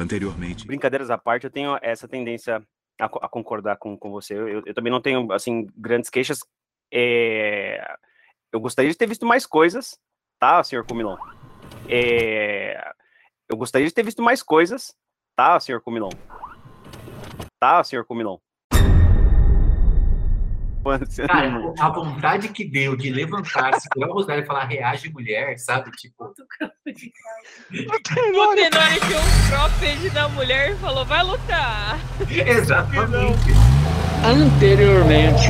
Anteriormente. Brincadeiras à parte, eu tenho essa tendência a concordar com você. Eu também não tenho, assim, grandes queixas. Eu gostaria de ter visto mais coisas, tá, senhor Comilon? Eu gostaria de ter visto mais coisas, tá, senhor Comilon? Tá, senhor Comilon? Cara, a vontade que deu de levantar-se, pegar o rosário e falar reage mulher, sabe? Tipo. O Tenório enfiou um cropped na mulher e falou: vai lutar. Exatamente. Anteriormente.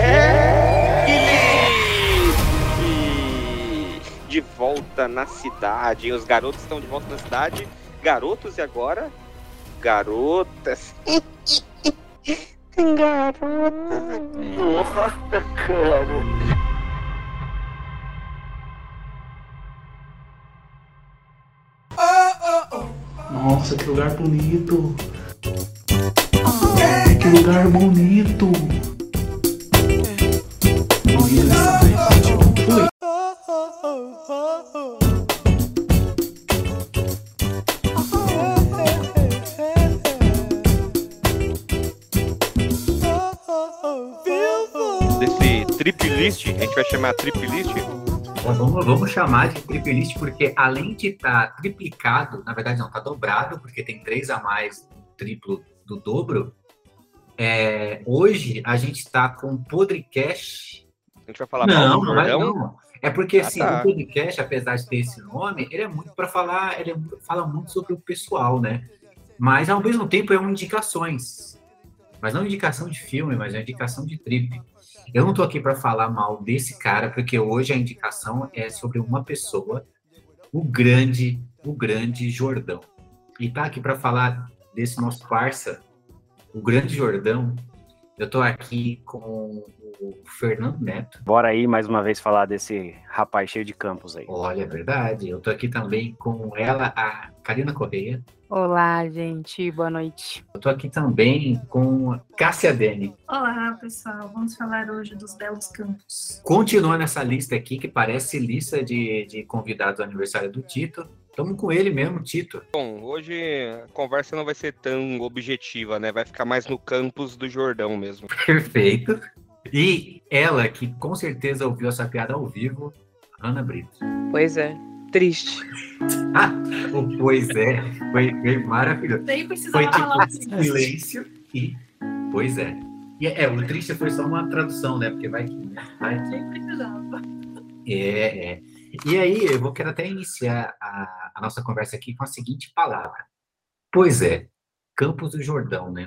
De volta na cidade. Os garotos estão de volta na cidade. Garotos e agora? Garotas. Garotas. Nossa, cara. Nossa, que lugar bonito. Que lugar bonito. Desse trip list, a gente vai chamar trip list? Vamos chamar de triplist porque além de estar triplicado, na verdade não, está dobrado, porque tem 3 a mais triplo do dobro. Hoje a gente está com podcast. A gente vai falar mal do Jordão? Não. É porque assim, o podcast, apesar de ter esse nome, ele é muito para falar, fala muito sobre o pessoal, né? Mas ao mesmo tempo é uma indicações. Mas não indicação de filme, mas é indicação de trip. Eu não tô aqui para falar mal desse cara, porque hoje a indicação é sobre uma pessoa, o grande Jordão. E tá aqui para falar desse nosso parça, o grande Jordão. Eu tô aqui com o Fernando Neto. Bora aí mais uma vez falar desse rapaz cheio de campos aí. Olha, é verdade. Eu tô aqui também com ela, a Karina Correia. Olá, gente. Boa noite. Eu tô aqui também com Cássia Dene. Olá, pessoal. Vamos falar hoje dos belos campos. Continuando essa lista aqui, que parece lista de convidados do aniversário do Tito. Estamos com ele mesmo, Tito. Bom, hoje a conversa não vai ser tão objetiva, né? Vai ficar mais no campus do Jordão mesmo. Perfeito. E ela, que com certeza ouviu essa piada ao vivo, Ana Brito. Pois é, triste. Pois é, foi maravilhoso. Nem precisava Foi falar tipo silêncio e pois é. E o triste foi só uma tradução, né? Porque vai que... Nem precisava. E aí, eu quero até iniciar a nossa conversa aqui com a seguinte palavra. Pois é, Campos do Jordão, né?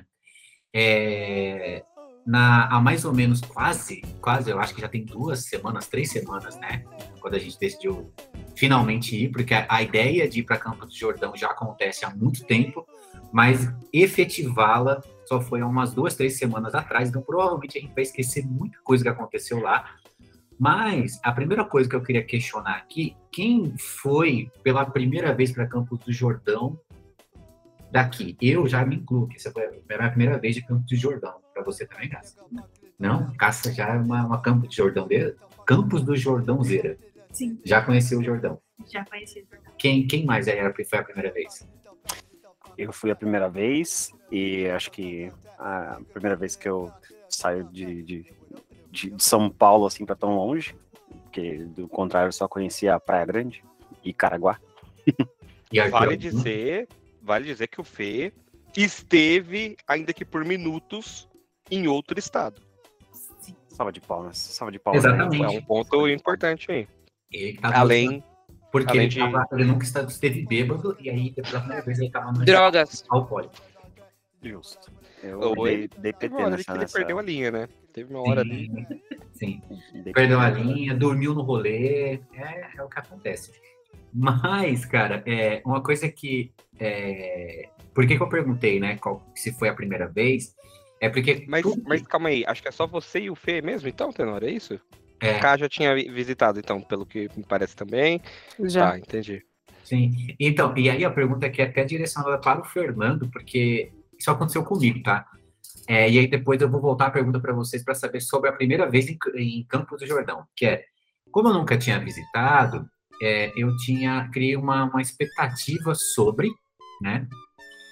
Há mais ou menos quase, eu acho que já tem 3 semanas, né? Quando a gente decidiu finalmente ir, porque a ideia de ir para Campos do Jordão já acontece há muito tempo, mas efetivá-la só foi há umas 2, 3 semanas atrás, então provavelmente a gente vai esquecer muita coisa que aconteceu lá. Mas a primeira coisa que eu queria questionar aqui, quem foi pela primeira vez para Campos do Jordão daqui? Eu já me incluo, que essa foi a minha primeira vez de Campos do Jordão. Para você também, Cássia? Não? Cássia já é uma Campos do Jordãozeira? Campos do Jordãozeira. Sim. Já conheceu o Jordão? Já conheci o Jordão. Quem mais foi a primeira vez? Eu fui a primeira vez e acho que a primeira vez que eu saio de São Paulo, assim, para tão longe, porque do contrário eu só conhecia a Praia Grande e Caraguá. Vale dizer que o Fê esteve, ainda que por minutos, em outro estado. Salva de palmas. Exatamente. É um ponto importante aí. Porque ele nunca esteve bêbado e aí pela primeira vez ele estava no Drogas. alcoólico. Justo. Teve uma hora que ele perdeu a linha, né? Teve uma hora ali. Sim. Perdeu a linha, dormiu no rolê. É o que acontece. Mas, cara, uma coisa que... Por que eu perguntei, né? Se foi a primeira vez? É porque... Mas calma aí, acho que é só você e o Fê mesmo, então, Tenório, é isso? É. O K já tinha visitado, então, pelo que me parece também. Já. Tá, entendi. Sim. Então, e aí a pergunta aqui é até direcionada para o Fernando, porque isso aconteceu comigo, tá? E aí depois eu vou voltar a pergunta para vocês para saber sobre a primeira vez em Campos do Jordão, que é, como eu nunca tinha visitado, eu criei uma expectativa sobre, né?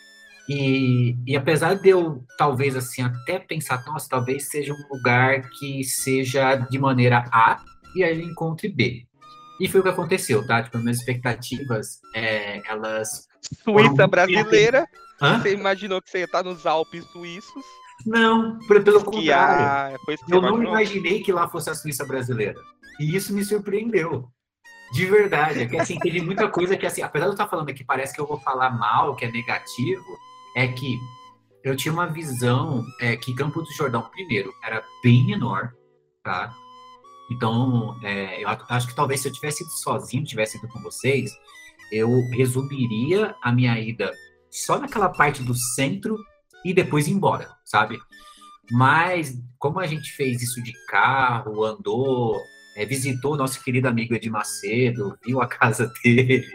E apesar de eu, talvez, assim, até pensar, nossa, talvez seja um lugar que seja de maneira A e aí eu encontre B. E foi o que aconteceu, tá? Tipo, as minhas expectativas, elas... Suíça brasileira. Hã? Você imaginou que você ia estar nos Alpes suíços? Não, pelo contrário. Foi isso que Eu você não imaginou? imaginei que lá fosse a Suíça brasileira. E isso me surpreendeu. De verdade. É que, assim, teve muita coisa que, assim, apesar de eu estar falando aqui, parece que eu vou falar mal, que é negativo, é que eu tinha uma visão que Campos do Jordão, primeiro, era bem menor, tá? Então, eu acho que talvez se eu tivesse ido sozinho, tivesse ido com vocês, eu resumiria a minha ida só naquela parte do centro e depois ir embora, sabe? Mas, como a gente fez isso de carro, andou, visitou nosso querido amigo Edir Macedo, viu a casa dele,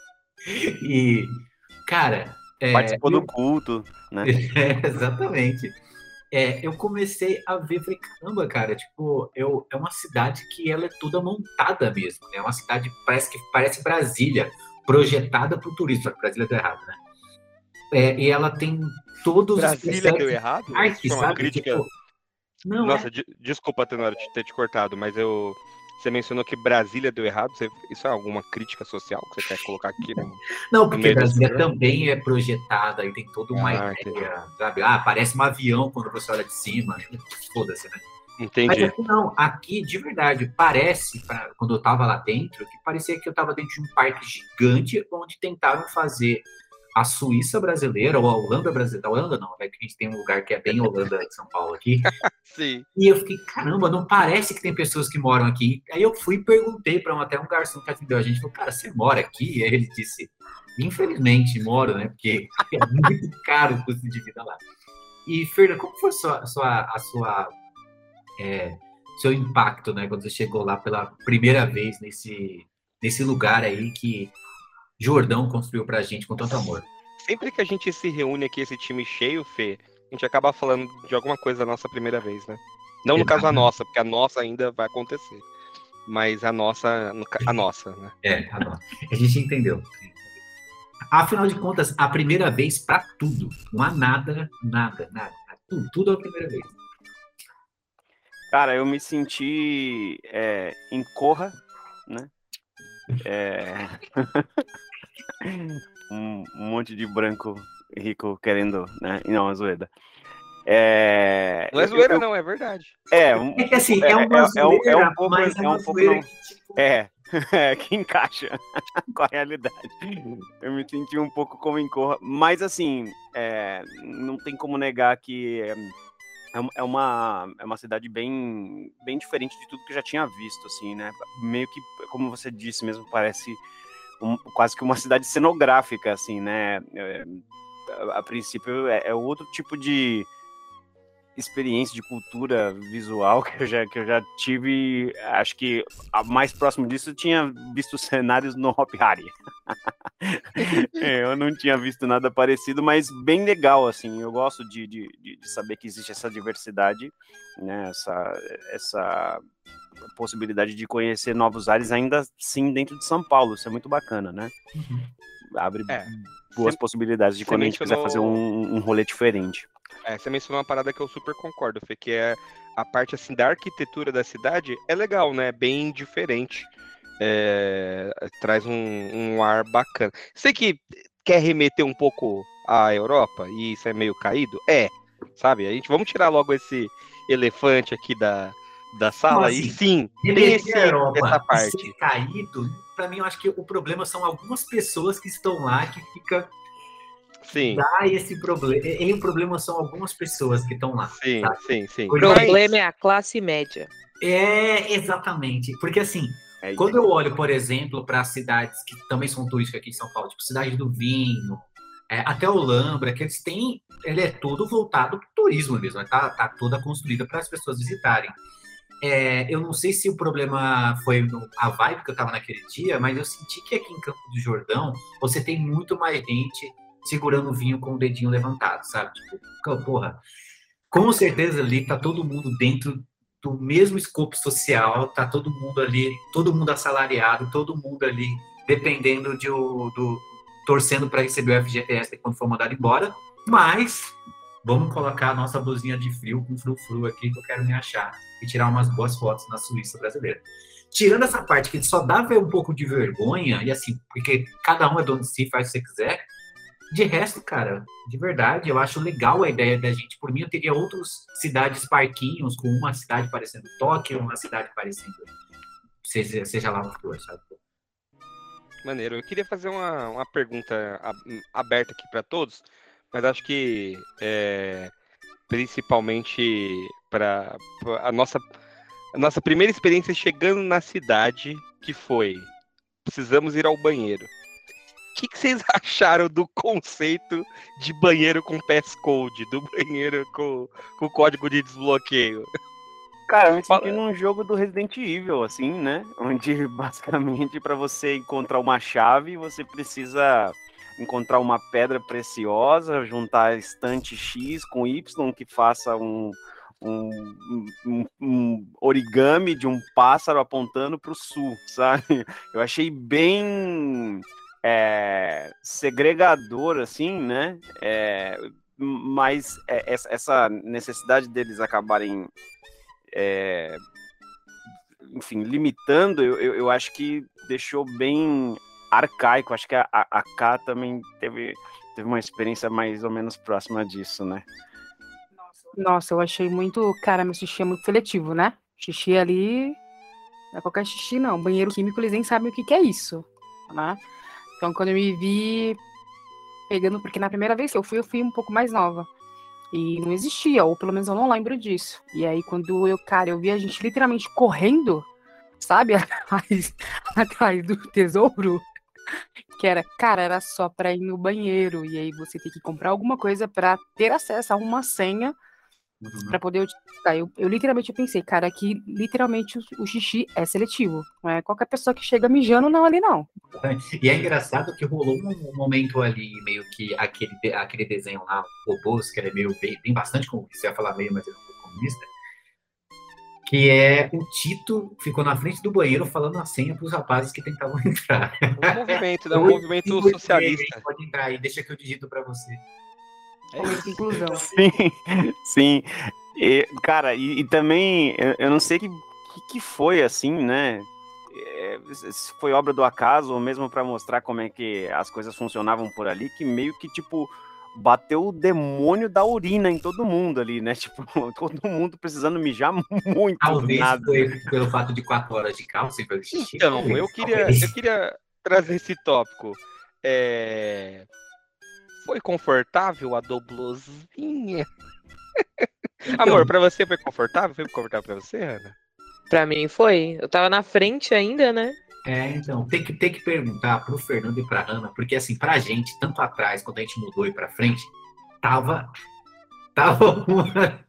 e, cara... Participou do culto, né? Exatamente. Eu comecei a ver, falei, caramba, cara, tipo, é uma cidade que ela é toda montada mesmo, né? É uma cidade que parece Brasília, projetada para o turismo, só que Brasília deu errado, né? E ela tem todos Brasília deu errado? artes, Foi uma sabe? crítica. Tipo, não, Nossa, desculpa, Tenório, ter te cortado, mas você mencionou que Brasília deu errado. Isso é alguma crítica social que você quer colocar aqui? Né? Não, porque meio desse Brasília programa? também é projetada e tem toda uma entendi. ideia, sabe? Parece um avião quando você olha de cima. Foda-se, né? Mas Entendi. aqui não, aqui de verdade, parece, quando eu tava lá dentro, que parecia que eu tava dentro de um parque gigante onde tentaram fazer a Suíça brasileira, ou a Holanda brasileira. A Holanda não, né? Que a gente tem um lugar que é bem Holanda de São Paulo aqui. Sim. E eu fiquei, caramba, não parece que tem pessoas que moram aqui. Aí eu fui e perguntei para até um garçom que atendeu a gente, falou, cara, você mora aqui? E aí ele disse, infelizmente moro, né? Porque é muito caro o custo de vida lá. E, Ferda, como foi seu impacto, né? Quando você chegou lá pela primeira vez nesse lugar aí que Jordão construiu pra gente com tanto amor? Sempre que a gente se reúne aqui, esse time cheio, Fê, a gente acaba falando de alguma coisa da nossa primeira vez, né? Não no caso a nossa, porque a nossa ainda vai acontecer. Mas a nossa, né? A nossa. A gente entendeu. Afinal de contas, a primeira vez pra tudo. Não há nada. Tudo é a primeira vez. Cara, eu me senti em Corra, né? Um monte de branco rico querendo, né? Não, é zoeira. Não é zoeira, não, é verdade. Que assim, é uma zoeira, mas é uma zoeira que, tipo... que encaixa com a realidade. Eu me senti um pouco como em Corra, mas assim, não tem como negar que é uma cidade bem diferente de tudo que eu já tinha visto, assim, né? Meio que, como você disse mesmo, parece quase que uma cidade cenográfica, assim, né? A princípio é outro tipo de experiência de cultura visual que eu já tive. Acho que mais próximo disso eu tinha visto cenários no Hop Hari. Eu não tinha visto nada parecido, mas bem legal, assim. Eu gosto de saber que existe essa diversidade, né? Essa possibilidade de conhecer novos ares, ainda sim dentro de São Paulo. Isso é muito bacana, né? Abre boas possibilidades de quando a gente quiser fazer um rolê diferente. Você mencionou uma parada que eu super concordo, Fê, que é a parte assim da arquitetura da cidade é legal, né? Bem diferente. Traz um ar bacana. Você que quer remeter um pouco à Europa e isso é meio caído? Sabe? Vamos tirar logo esse elefante aqui da sala. Assim, e sim, tem essa parte. Ser caído, pra mim, eu acho que o problema são algumas pessoas que estão lá que ficam... Sim. Dá esse problema. E o problema são algumas pessoas que estão lá. Sim, sabe? sim. O problema é a classe média. Exatamente. Porque assim, quando eu olho, por exemplo, para cidades que também são turísticas aqui em São Paulo, tipo Cidade do Vinho, até Olambra, que eles têm, ele é todo voltado para o turismo mesmo, tá toda construída para as pessoas visitarem. Eu não sei se o problema foi a vibe que eu tava naquele dia, mas eu senti que aqui em Campos do Jordão você tem muito mais gente segurando o vinho com o dedinho levantado, sabe? Tipo, porra, com certeza ali tá todo mundo dentro do mesmo escopo social, tá todo mundo ali, todo mundo assalariado, todo mundo ali dependendo torcendo para receber o FGTS quando for mandado embora, mas vamos colocar a nossa blusinha de frio com frufru aqui, que eu quero me achar e tirar umas boas fotos na Suíça brasileira. Tirando essa parte que só dá ver um pouco de vergonha, e assim, porque cada um é dono de si, faz o que você quiser, de resto, cara, de verdade, eu acho legal a ideia da gente. Por mim, eu teria outras cidades parquinhos, com uma cidade parecendo Tóquio, uma cidade parecendo seja lá o que for, sabe? Maneiro. Eu queria fazer uma pergunta aberta aqui para todos, mas acho que principalmente para a nossa primeira experiência chegando na cidade, que foi: precisamos ir ao banheiro. O que vocês acharam do conceito de banheiro com passcode, do banheiro com código de desbloqueio? Cara, eu me senti num jogo do Resident Evil, assim, né? Onde, basicamente, para você encontrar uma chave, você precisa encontrar uma pedra preciosa, juntar estante X com Y, que faça um origami de um pássaro apontando para o sul, sabe? Eu achei bem segregador, assim, né? Mas essa necessidade deles acabarem enfim, limitando, eu acho que deixou bem arcaico. Acho que a K também teve uma experiência mais ou menos próxima disso, né? Nossa, eu achei muito. Cara, meu xixi é muito seletivo, né? Xixi ali. Não é qualquer xixi, não. Banheiro químico, eles nem sabem o que é isso, né? Então, quando eu me vi pegando. Porque na primeira vez que eu fui um pouco mais nova. E não existia, ou pelo menos eu não lembro disso. E aí, quando eu vi a gente literalmente correndo, sabe? Atrás do tesouro. Que era só pra ir no banheiro. E aí você tem que comprar alguma coisa pra ter acesso a uma senha pra poder utilizar. Eu literalmente pensei, cara, aqui literalmente o xixi é seletivo. Não é qualquer pessoa que chega mijando não ali, não. E é engraçado que rolou um momento ali, meio que aquele desenho lá, o robôs, que ele é meio bem bastante comunista, eu ia falar meio, mas ele é um pouco comunista, que é o Tito ficou na frente do banheiro falando a senha para os rapazes que tentavam entrar. Um movimento socialista. Pode entrar aí, deixa que eu digito para você. Inclusão. Sim. Cara, e também, eu não sei que foi assim, né? Se foi obra do acaso, ou mesmo para mostrar como é que as coisas funcionavam por ali, que meio que, tipo, bateu o demônio da urina em todo mundo ali, né? Tipo, todo mundo precisando mijar muito. Talvez nada. foi pelo fato de 4 horas de calça sem fazer xixi. Então, eu queria trazer esse tópico. Foi confortável a doblozinha? Amor, pra você foi confortável? Foi confortável pra você, Ana? Pra mim foi. Eu tava na frente ainda, né? Então, tem que perguntar pro Fernando e pra Ana, porque assim, pra gente, tanto atrás, quando a gente mudou e pra frente, tava uma...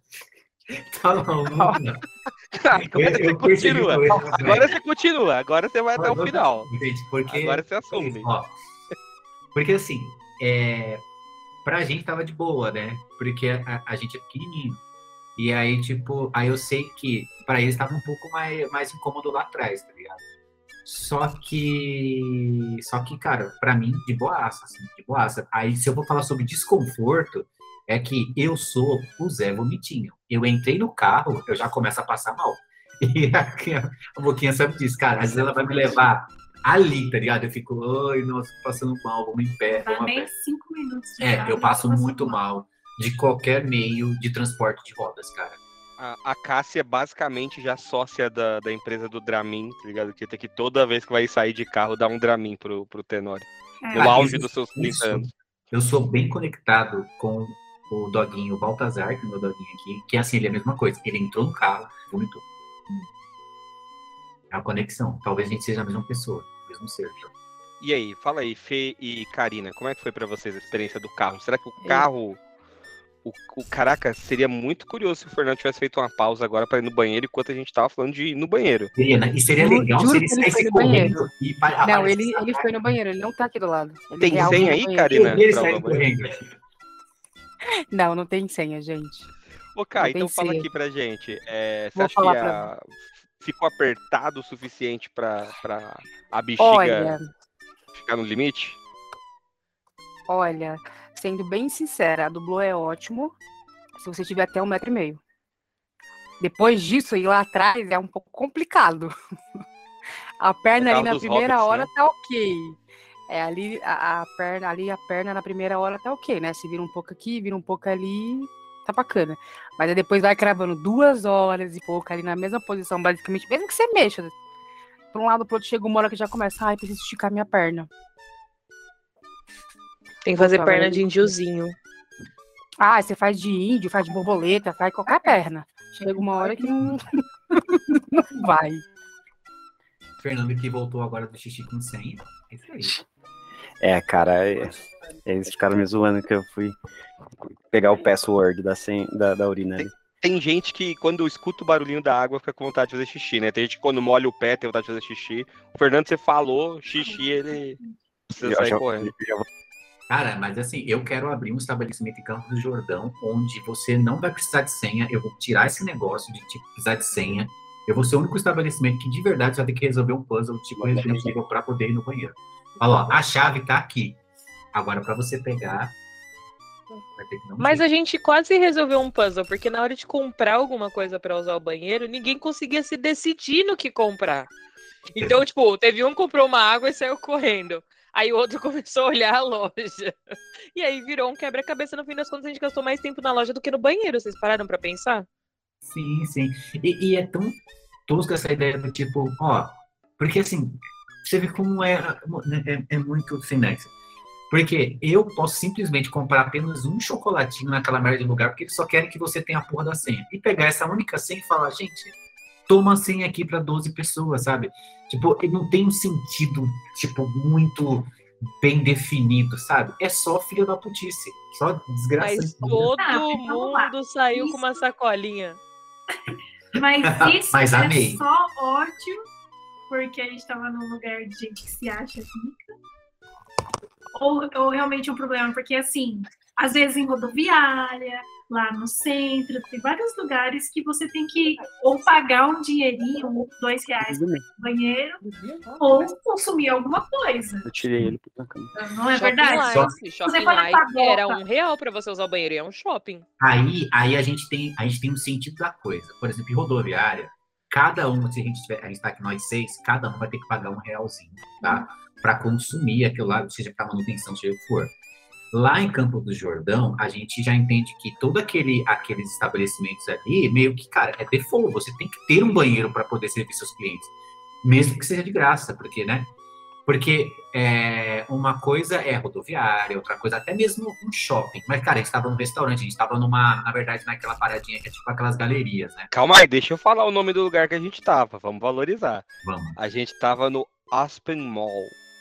Agora você continua, agora você vai até o final. Gente, porque, agora você assume. Ó, porque assim, pra gente tava de boa, né? Porque a gente é pequenininho. E aí, tipo, aí eu sei que pra eles tava um pouco mais incômodo lá atrás, tá ligado? Só que, cara, pra mim, de boaça, assim, de boaça. Aí, se eu vou falar sobre desconforto, é que eu sou o Zé Vomitinho. Eu entrei no carro, eu já começo a passar mal. E a Boquinha sabe disso, cara. Às vezes ela vai me levar ali, tá ligado? Eu fico, ai, nossa, tô passando mal, vamos em pé. Dá nem 5 minutos. Eu passo muito mal de qualquer meio de transporte de rodas, cara. A Cássia é basicamente já sócia da empresa do Dramin, tá ligado? Que tem que toda vez que vai sair de carro dar um Dramin pro Tenório. No auge dos seus 30 anos. Eu sou bem conectado com o doguinho Baltazar, que é o meu doguinho aqui, que assim, ele é a mesma coisa. Ele entrou no carro, vomitou. É uma conexão. Talvez a gente seja a mesma pessoa, o mesmo ser. E aí, fala aí, Fê e Karina, como é que foi pra vocês a experiência do carro? Será que o carro... Caraca, seria muito curioso se o Fernando tivesse feito uma pausa agora pra ir no banheiro enquanto a gente tava falando de ir no banheiro. E seria legal se ele saísse correndo. Não, ele foi no banheiro, ele não tá aqui do lado. Ele tem senha aí, Karina? Ele saiu correndo. Não tem senha, gente. Ô, Kai, então fala aqui pra gente. Você acha que ficou apertado o suficiente pra a bexiga ficar no limite? Olha, sendo bem sincera, a do Blue é ótimo se você tiver até 1,5 m. Depois disso, ir lá atrás é um pouco complicado. A perna ali na primeira hora tá ok. Ali a perna na primeira hora tá ok, né? Se vira um pouco aqui, vira um pouco ali, tá bacana. Mas aí depois vai cravando 2 horas e pouco ali na mesma posição, basicamente, mesmo que você mexa. Por um lado, pro outro, chega uma hora que já começa, ai, preciso esticar minha perna. Tem que fazer Puta, perna velho. de índiozinho. Ah, você faz de índio, faz de borboleta, faz qualquer perna. Chega uma hora que não, não vai. Fernando que voltou agora do xixi com senha. É isso aí. Cara, eles ficaram me zoando que eu fui pegar o password da urina ali. Tem gente que, quando escuta o barulhinho da água, fica com vontade de fazer xixi, né? Tem gente que, quando molha o pé, tem vontade de fazer xixi. O Fernando, você falou, xixi, ele precisa sair correndo. Cara, mas assim, eu quero abrir um estabelecimento em Campos do Jordão, onde você não vai precisar de senha. Eu vou tirar esse negócio de precisar de senha. Eu vou ser o único estabelecimento que, de verdade, você vai ter que resolver um puzzle tipo Resident Evil pra poder ir no banheiro. Olha lá, a chave tá aqui. Agora, pra você pegar... vai ter que dar um Mas jeito. a gente quase resolveu um puzzle, porque na hora de comprar alguma coisa pra usar o banheiro, ninguém conseguia se decidir no que comprar. Então, tipo, teve um que comprou uma água e saiu correndo. Aí o outro começou a olhar a loja. E aí virou um quebra-cabeça. No fim das contas, a gente gastou mais tempo na loja do que no banheiro. Vocês pararam pra pensar? Sim, sim. E é tão tosca essa ideia do tipo, ó... Porque assim, você vê como é muito sem nexo. Porque eu posso simplesmente comprar apenas um chocolatinho naquela merda de lugar, porque eles só querem que você tenha a porra da senha. E pegar essa única senha e falar, gente, toma a senha aqui pra 12 pessoas, sabe? Tipo, não tem um sentido, tipo, muito bem definido, sabe? É só filho da putice. Só desgraça. Mas de vida. todo vamos lá. mundo saiu Isso. com uma sacolinha. Mas isso Mas amei. é só ótimo, porque a gente tava num lugar de gente que se acha rica. Ou realmente um problema, porque assim, às vezes em rodoviária, lá no centro, tem vários lugares que você tem que ou pagar um dinheirinho, R$2 no banheiro, ou consumir alguma coisa. Eu tirei ele pra cama. Não é Shopping verdade? Life. Shopping Você fala Life pra era boca. R$1 pra você usar o banheiro. E é um shopping. Aí a gente tem um sentido da coisa. Por exemplo, em rodoviária, cada um, se a gente tá aqui nós 6, cada um vai ter que pagar R$1, tá? Para consumir aquilo lá, seja para manutenção, seja o que for. Lá em Campo do Jordão, a gente já entende que todos aqueles estabelecimentos ali, meio que, cara, é default. Você tem que ter um banheiro para poder servir seus clientes, mesmo que seja de graça, porque, né? Porque uma coisa é rodoviária, outra coisa até mesmo um shopping. Mas, cara, a gente estava num restaurante, a gente estava na verdade, naquela paradinha que é tipo aquelas galerias, né? Calma aí, deixa eu falar o nome do lugar que a gente tava. Vamos valorizar. Vamos. A gente tava no Aspen Mall.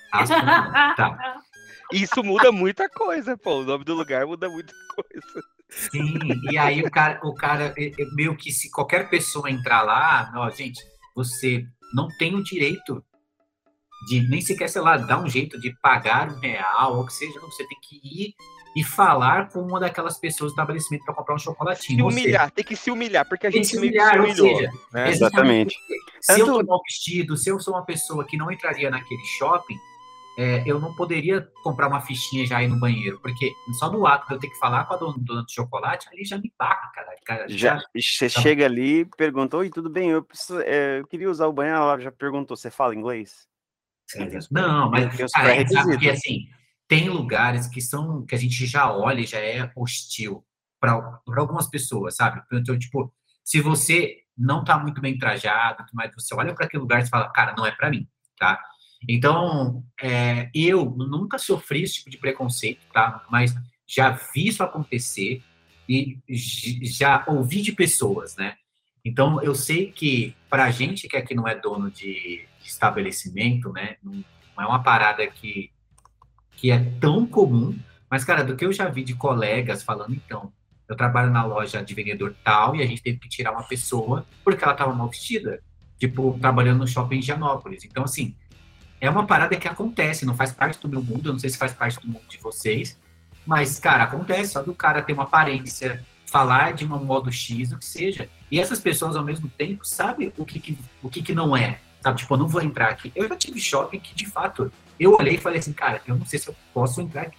Tá. Isso muda muita coisa, pô. O nome do lugar muda muita coisa. Sim, e aí o cara meio que se qualquer pessoa entrar lá, ó, gente, você não tem o direito de nem sequer, sei lá, dar um jeito de pagar R$1, ou que seja, você tem que ir e falar com uma daquelas pessoas do estabelecimento para comprar um chocolatinho. Se humilhar, tem que se humilhar, porque a Tem que gente se meio que humilhar, se ou humilhou. seja, Né? Exatamente. Se eu Tanto- tô mal vestido, se eu sou uma pessoa que não entraria naquele shopping, eu não poderia comprar uma fichinha já aí no banheiro, porque só no ato de eu ter que falar com a dona do chocolate, ali já me paga, cara. Já, você chega ali e pergunta, oi, tudo bem? Eu queria usar o banheiro. Ela já perguntou, você fala inglês? Não, mas Tem os cara, é pré-requisitos. porque assim, tem lugares que a gente já olha e já é hostil para algumas pessoas, sabe? Então, tipo, se você não tá muito bem trajado, mas você olha para aquele lugar e fala, cara, não é para mim, tá? Então, eu nunca sofri esse tipo de preconceito, tá? Mas já vi isso acontecer e já ouvi de pessoas, né? Então, eu sei que pra gente que aqui não é dono de estabelecimento, né? Não é uma parada que é tão comum, mas, cara, do que eu já vi de colegas falando, então, eu trabalho na loja de vendedor tal e a gente teve que tirar uma pessoa porque ela tava mal vestida, tipo, trabalhando no shopping em Higienópolis. Então, assim, é uma parada que acontece, não faz parte do meu mundo, eu não sei se faz parte do mundo de vocês, mas, cara, acontece, só do cara ter uma aparência, falar de um modo X, o que seja. E essas pessoas, ao mesmo tempo, sabem o que não é, sabe? Tipo, eu não vou entrar aqui. Eu já tive shopping que, de fato, eu olhei e falei assim, cara, eu não sei se eu posso entrar aqui.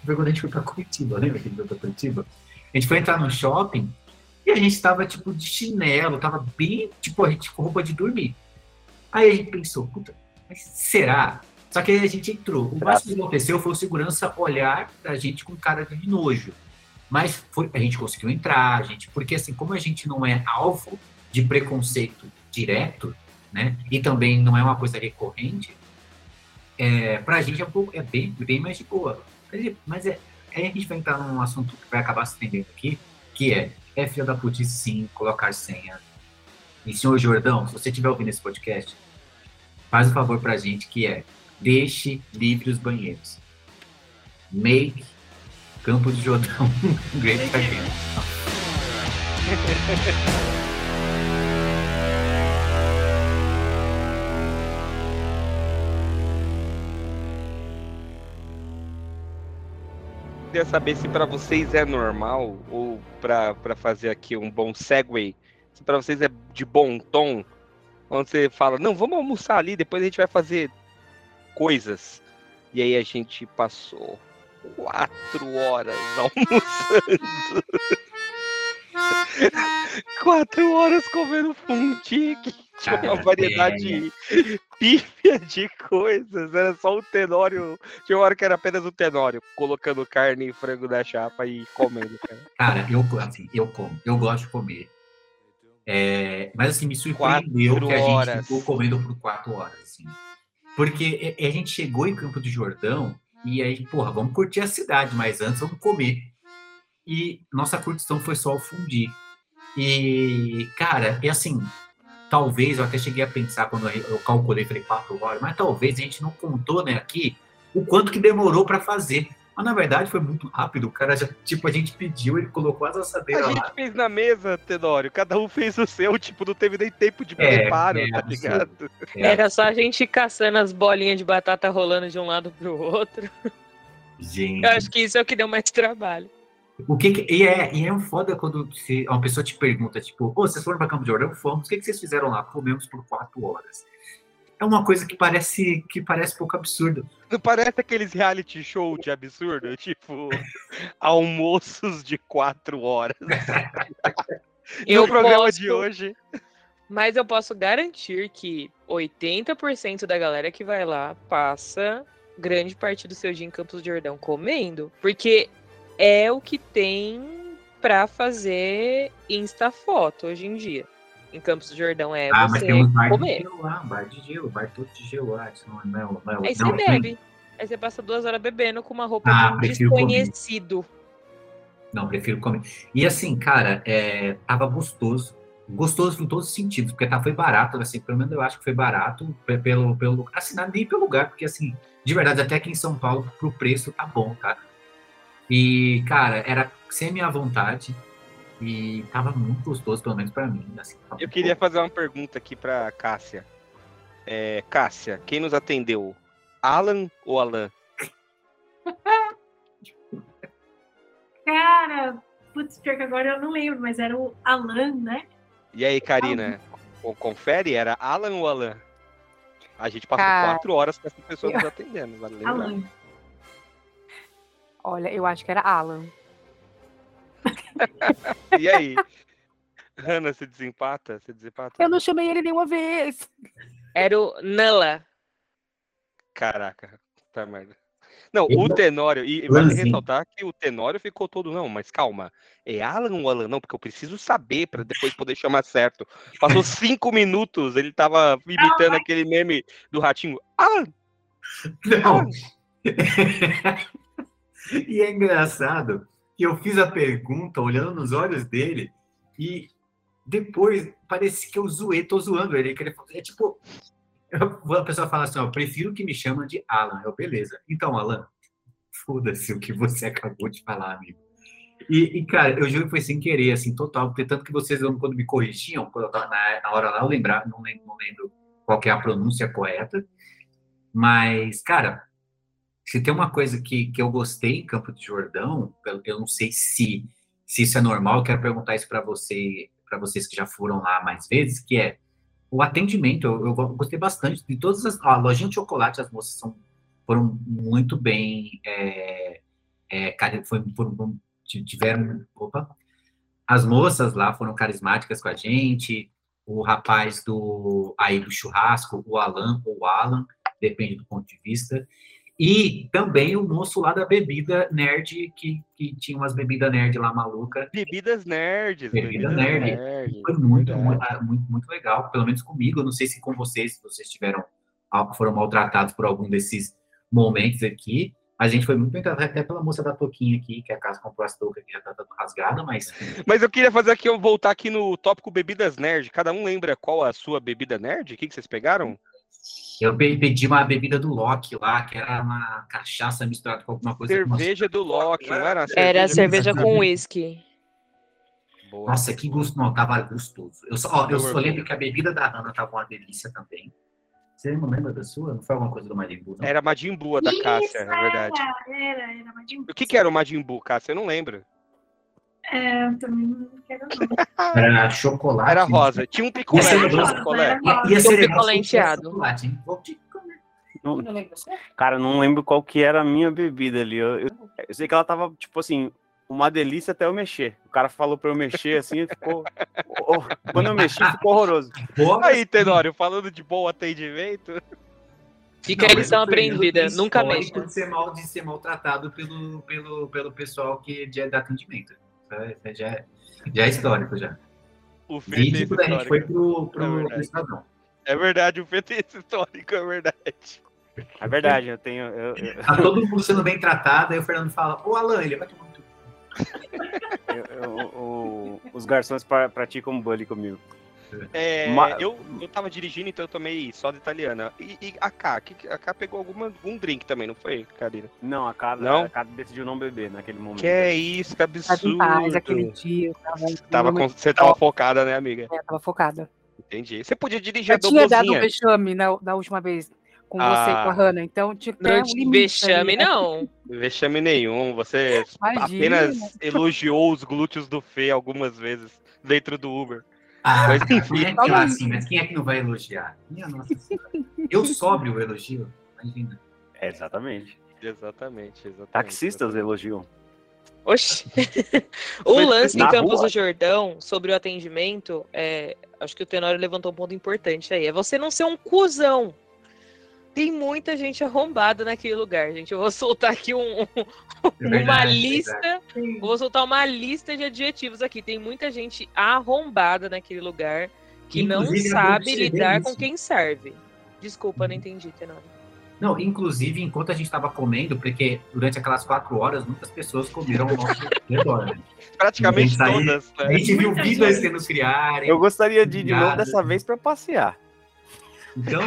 Foi quando a gente foi pra Curitiba, lembra que a gente foi pra Curitiba? A gente foi entrar no shopping e a gente tava, tipo, de chinelo, tava bem, tipo, a gente com roupa de dormir. Aí a gente pensou, puta, mas será? Só que aí a gente entrou. O máximo que aconteceu foi o segurança olhar pra gente com cara de nojo. Mas a gente conseguiu entrar, porque assim, como a gente não é alvo de preconceito direto, né? E também não é uma coisa recorrente, pra gente é bem mais de boa. Mas aí a gente vai entrar num assunto que vai acabar se estendendo aqui, que é filha da putice sim, colocar senha. E senhor Jordão, se você estiver ouvindo esse podcast, faz um favor pra gente, que deixe livre os banheiros. Make Campo de Jordão great again. Queria saber se para vocês é normal, ou para fazer aqui um bom segue, se para vocês é de bom tom, quando você fala, não, vamos almoçar ali, depois a gente vai fazer coisas. E aí a gente passou 4 horas almoçando. 4 horas comendo fundi, que tinha uma variedade pífia de coisas. Era só o Tenório. Tinha uma hora que era apenas o Tenório, colocando carne e frango na chapa e comendo. Cara, eu como. Eu gosto de comer. Mas assim, me surpreendeu que a gente ficou comendo por 4 horas. Assim. Porque a gente chegou em Campo de Jordão e aí, porra, vamos curtir a cidade, mas antes vamos comer. E nossa curtição foi só o fundi. E, cara, assim, talvez, eu até cheguei a pensar quando eu calculei, falei 4 horas, mas talvez a gente não contou, né, aqui, o quanto que demorou para fazer. Mas, na verdade, foi muito rápido. O cara já, tipo, a gente pediu, ele colocou as assadeiras lá. A gente fez na mesa, Tenório. Cada um fez o seu, tipo, não teve nem tempo de preparo, tá ligado? Era só a gente caçando as bolinhas de batata rolando de um lado pro outro. Gente. Eu acho que isso é o que deu mais trabalho. E é um foda quando uma pessoa te pergunta, tipo, vocês foram pra Campo de Jordão? Fomos. O que vocês fizeram lá? Comemos por 4 horas. É uma coisa que parece pouco absurdo. Não parece aqueles reality show de absurdo? Tipo, almoços de 4 horas. E o programa de hoje... Mas eu posso garantir que 80% da galera que vai lá passa grande parte do seu dia em Campos do Jordão comendo. Porque é o que tem pra fazer Instafoto hoje em dia. Em Campos do Jordão mas você tem um bar comer. De gelo lá, bar todo de gelo lá. Aí você bebe. Aí você passa 2 horas bebendo com uma roupa de um desconhecido. Comer. Não, prefiro comer. E assim, cara, tava gostoso. Gostoso em todos os sentidos, porque foi barato, assim, pelo menos eu acho que foi barato pelo assim, nem pelo lugar, porque assim, de verdade, até aqui em São Paulo, pro preço tá bom, cara. E, cara, era semi à vontade e tava muito gostoso, pelo menos pra mim. Assim, eu queria fazer uma pergunta aqui pra Cássia. Cássia, quem nos atendeu? Alan ou Alan? Cara, putz, pior que agora eu não lembro, mas era o Alan, né? E aí, Karina, confere, era Alan ou Alan? A gente passou 4 horas com essa pessoa nos atendendo, vale lembrar. Alan. Olha, eu acho que era Alan. E aí? Hanna, você desempata? Eu não chamei ele nenhuma vez. Era o Nala. Caraca, tá merda. Não, o Tenório, e vale ressaltar que o Tenório ficou todo, não, mas calma, é Alan ou Alan? Não, porque eu preciso saber pra depois poder chamar certo. Passou 5 minutos, ele tava imitando aquele meme do ratinho. Alan! Não! E é engraçado que eu fiz a pergunta olhando nos olhos dele e depois parece que eu tô zoando ele. É tipo... A pessoa fala assim, eu prefiro que me chamem de Alan. Beleza. Então, Alan, foda-se o que você acabou de falar, amigo. E, cara, eu juro que foi sem querer, assim, total. Porque tanto que vocês, quando me corrigiam, quando eu tava na hora lá, eu lembrava, não lembro qual que é a pronúncia correta. Mas, cara, se tem uma coisa que eu gostei em Campo de Jordão, eu não sei se isso é normal, eu quero perguntar isso para vocês que já foram lá mais vezes, que é o atendimento. Eu gostei bastante de todas a lojinha de chocolate, as moças foram muito bem tiveram... Opa! As moças lá foram carismáticas com a gente, o rapaz do churrasco, o Alan, depende do ponto de vista, e também o moço lá da bebida nerd, que tinha umas bebidas nerd lá maluca. Bebidas nerds. Bebida nerd. Foi muito legal, pelo menos comigo. Eu não sei se com vocês, se vocês foram maltratados por algum desses momentos aqui. A gente foi muito bem tratado, até pela moça da touquinha aqui, que a casa comprou as toucas que já tá toda rasgada, mas... Mas eu queria voltar aqui no tópico bebidas nerd. Cada um lembra qual a sua bebida nerd? O que vocês pegaram? Eu pedi uma bebida do Loki lá, que era uma cachaça misturada com alguma coisa. Cerveja do Loki, não era? Era cerveja com uísque. Nossa, que gosto, não, tava gostoso. Eu só lembro que a bebida da Hannah tava uma delícia também. Você não lembra da sua? Não foi alguma coisa do Majin Buu, não? Era Majin Buu, a da Cássia, é verdade. Era Majin Buu. O que era o Majin Buu, Cássia? Eu não lembro. Também não quero não. Era chocolate. Era rosa. Tinha um picolé. Ia ser picolé enteado. Cara, não lembro qual que era a minha bebida ali. Eu sei que ela tava, tipo assim, uma delícia até eu mexer. O cara falou pra eu mexer assim, ficou... Quando eu mexi, ficou horroroso. Aí, Tenório, falando de bom atendimento... Fica a lição aprendida, nunca mexa. De ser maltratado pelo pessoal que é de atendimento. Já é histórico, já. O Fê tem quando a gente foi pro Estadão. É verdade, o Fê tem esse histórico, é verdade. É verdade, eu tenho... Tá todo mundo sendo bem tratado, aí o Fernando fala, ô Alan, ele vai tomar tudo. Os garçons praticam bullying comigo. Eu tava dirigindo, então eu tomei soda italiana. E a K pegou algum drink também, não foi, Karina? Não, a K decidiu não beber naquele momento. Que é isso, que absurdo. Paz, aquele dia. Você tava focada, né, amiga? Tava focada. Entendi. Você podia dirigir a dobrozinha. Eu tinha dado um vexame da última vez com você e com a Hannah, então tinha que ter um limite. Vexame não. Vexame nenhum, você apenas elogiou os glúteos do Fê algumas vezes dentro do Uber. Mas quem é que não vai elogiar? Minha nossa senhora. Eu sóbrio o elogio, imagina. Exatamente. Exatamente. Taxistas elogiam. Oxi. O lance em Campos do Jordão sobre o atendimento, acho que o Tenório levantou um ponto importante aí. É você não ser um cuzão. Tem muita gente arrombada naquele lugar, gente. Eu vou soltar aqui uma lista. Vou soltar uma lista de adjetivos aqui. Tem muita gente arrombada naquele lugar que inclusive, não sabe lidar com quem serve. Desculpa, não entendi, Tenório. Não, inclusive, enquanto a gente estava comendo, porque durante aquelas 4 horas, muitas pessoas comeram o nosso redor, né? Praticamente todas. A gente viu vidas sendo criadas. Eu gostaria de ir de novo dessa vez para passear. Então,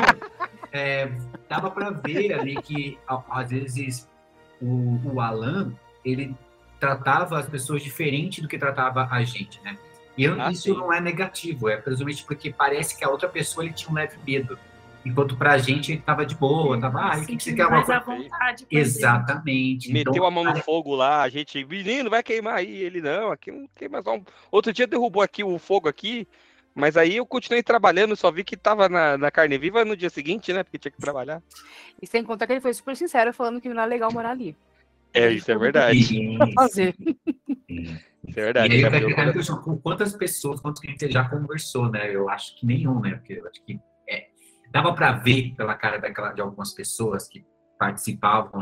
dava para ver ali que, às vezes, o Alan, ele tratava as pessoas diferente do que tratava a gente, né? E isso não é negativo, é precisamente porque parece que a outra pessoa ele tinha um leve medo. Enquanto pra gente ele tava de boa, tava, o que você quer? Mais à vontade. Exatamente. Meteu então, a mão no fogo lá, a gente, menino, vai queimar aí. Ele, não, aqui não queima só. Outro dia derrubou aqui o fogo aqui, mas aí eu continuei trabalhando, só vi que tava na carne viva no dia seguinte, né, porque tinha que trabalhar. E sem contar que ele foi super sincero, falando que não é legal morar ali. Isso é verdade. Pra fazer. Isso é verdade. E aí eu quero pensar com quantas pessoas, quanto que a gente já conversou, né? Eu acho que nenhum, né? Porque eu acho que dava para ver pela cara de algumas pessoas que participavam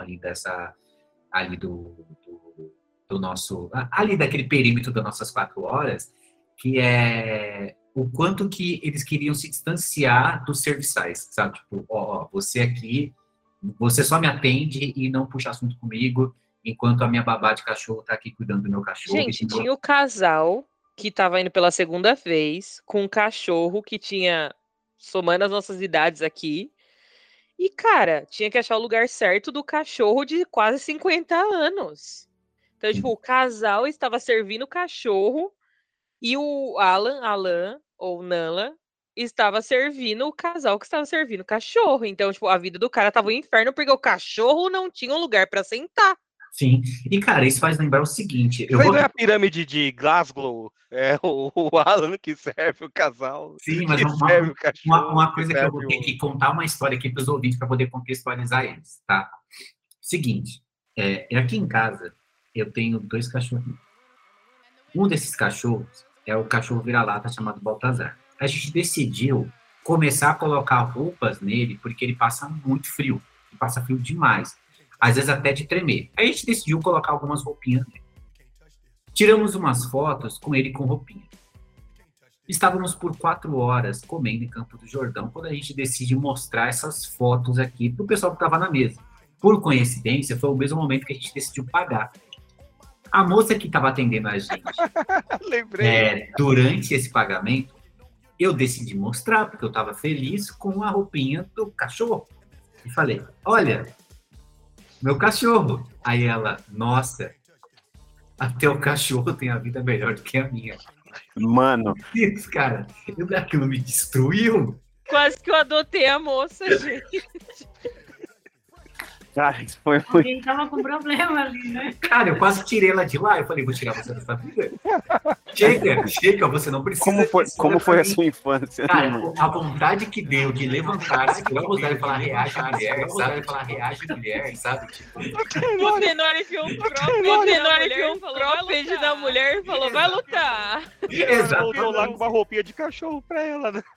ali do nosso, ali daquele perímetro das nossas 4 horas, que é o quanto que eles queriam se distanciar dos serviçais, sabe? Tipo, você aqui, você só me atende e não puxa assunto comigo, enquanto a minha babá de cachorro tá aqui cuidando do meu cachorro. Gente, tinha o casal que tava indo pela segunda vez com um cachorro que tinha, somando as nossas idades aqui, e, cara, tinha que achar o lugar certo do cachorro de quase 50 anos. Então, tipo, o casal estava servindo o cachorro e o Alan, ou Nala, estava servindo o casal que estava servindo o cachorro. Então, tipo, a vida do cara tava um inferno porque o cachorro não tinha um lugar para sentar. Sim, e cara, isso faz lembrar o seguinte... Não é a pirâmide de Glasgow, é o Alan que serve o casal. Sim, mas uma coisa que eu vou ter que contar uma história aqui para os ouvintes para poder contextualizar eles, tá? Seguinte, aqui em casa, eu tenho 2 cachorros. Um desses cachorros é o cachorro vira-lata chamado Baltazar. A gente decidiu começar a colocar roupas nele porque ele passa muito frio. Ele passa frio demais. Às vezes até de tremer. Aí a gente decidiu colocar algumas roupinhas nele. Tiramos umas fotos com ele com roupinha. Estávamos por 4 horas comendo em Campo do Jordão quando a gente decide mostrar essas fotos aqui para o pessoal que estava na mesa. Por coincidência, foi o mesmo momento que a gente decidiu pagar. A moça que estava atendendo a gente, Lembrei. durante esse pagamento, eu decidi mostrar, porque eu estava feliz com a roupinha do cachorro. E falei, olha, meu cachorro. Aí ela, nossa, até o cachorro tem a vida melhor do que a minha. Mano, Isso, cara, aquilo me destruiu. Quase que eu adotei a moça, gente. cara, isso foi muito. Alguém tava com problema ali, né? Cara, eu quase tirei ela de lá. Eu falei, vou tirar você dessa vida. Chega, você não precisa. Como foi a disso. sua infância? Cara, a vontade que deu de levantar-se, vamos dar e falar reage, mulher, sabe? Falar reage, mulher, sabe? Tipo, O Tenório enfiou um cropped da mulher e falou, vai lutar. Voltou lá com uma roupinha de cachorro pra ela, né?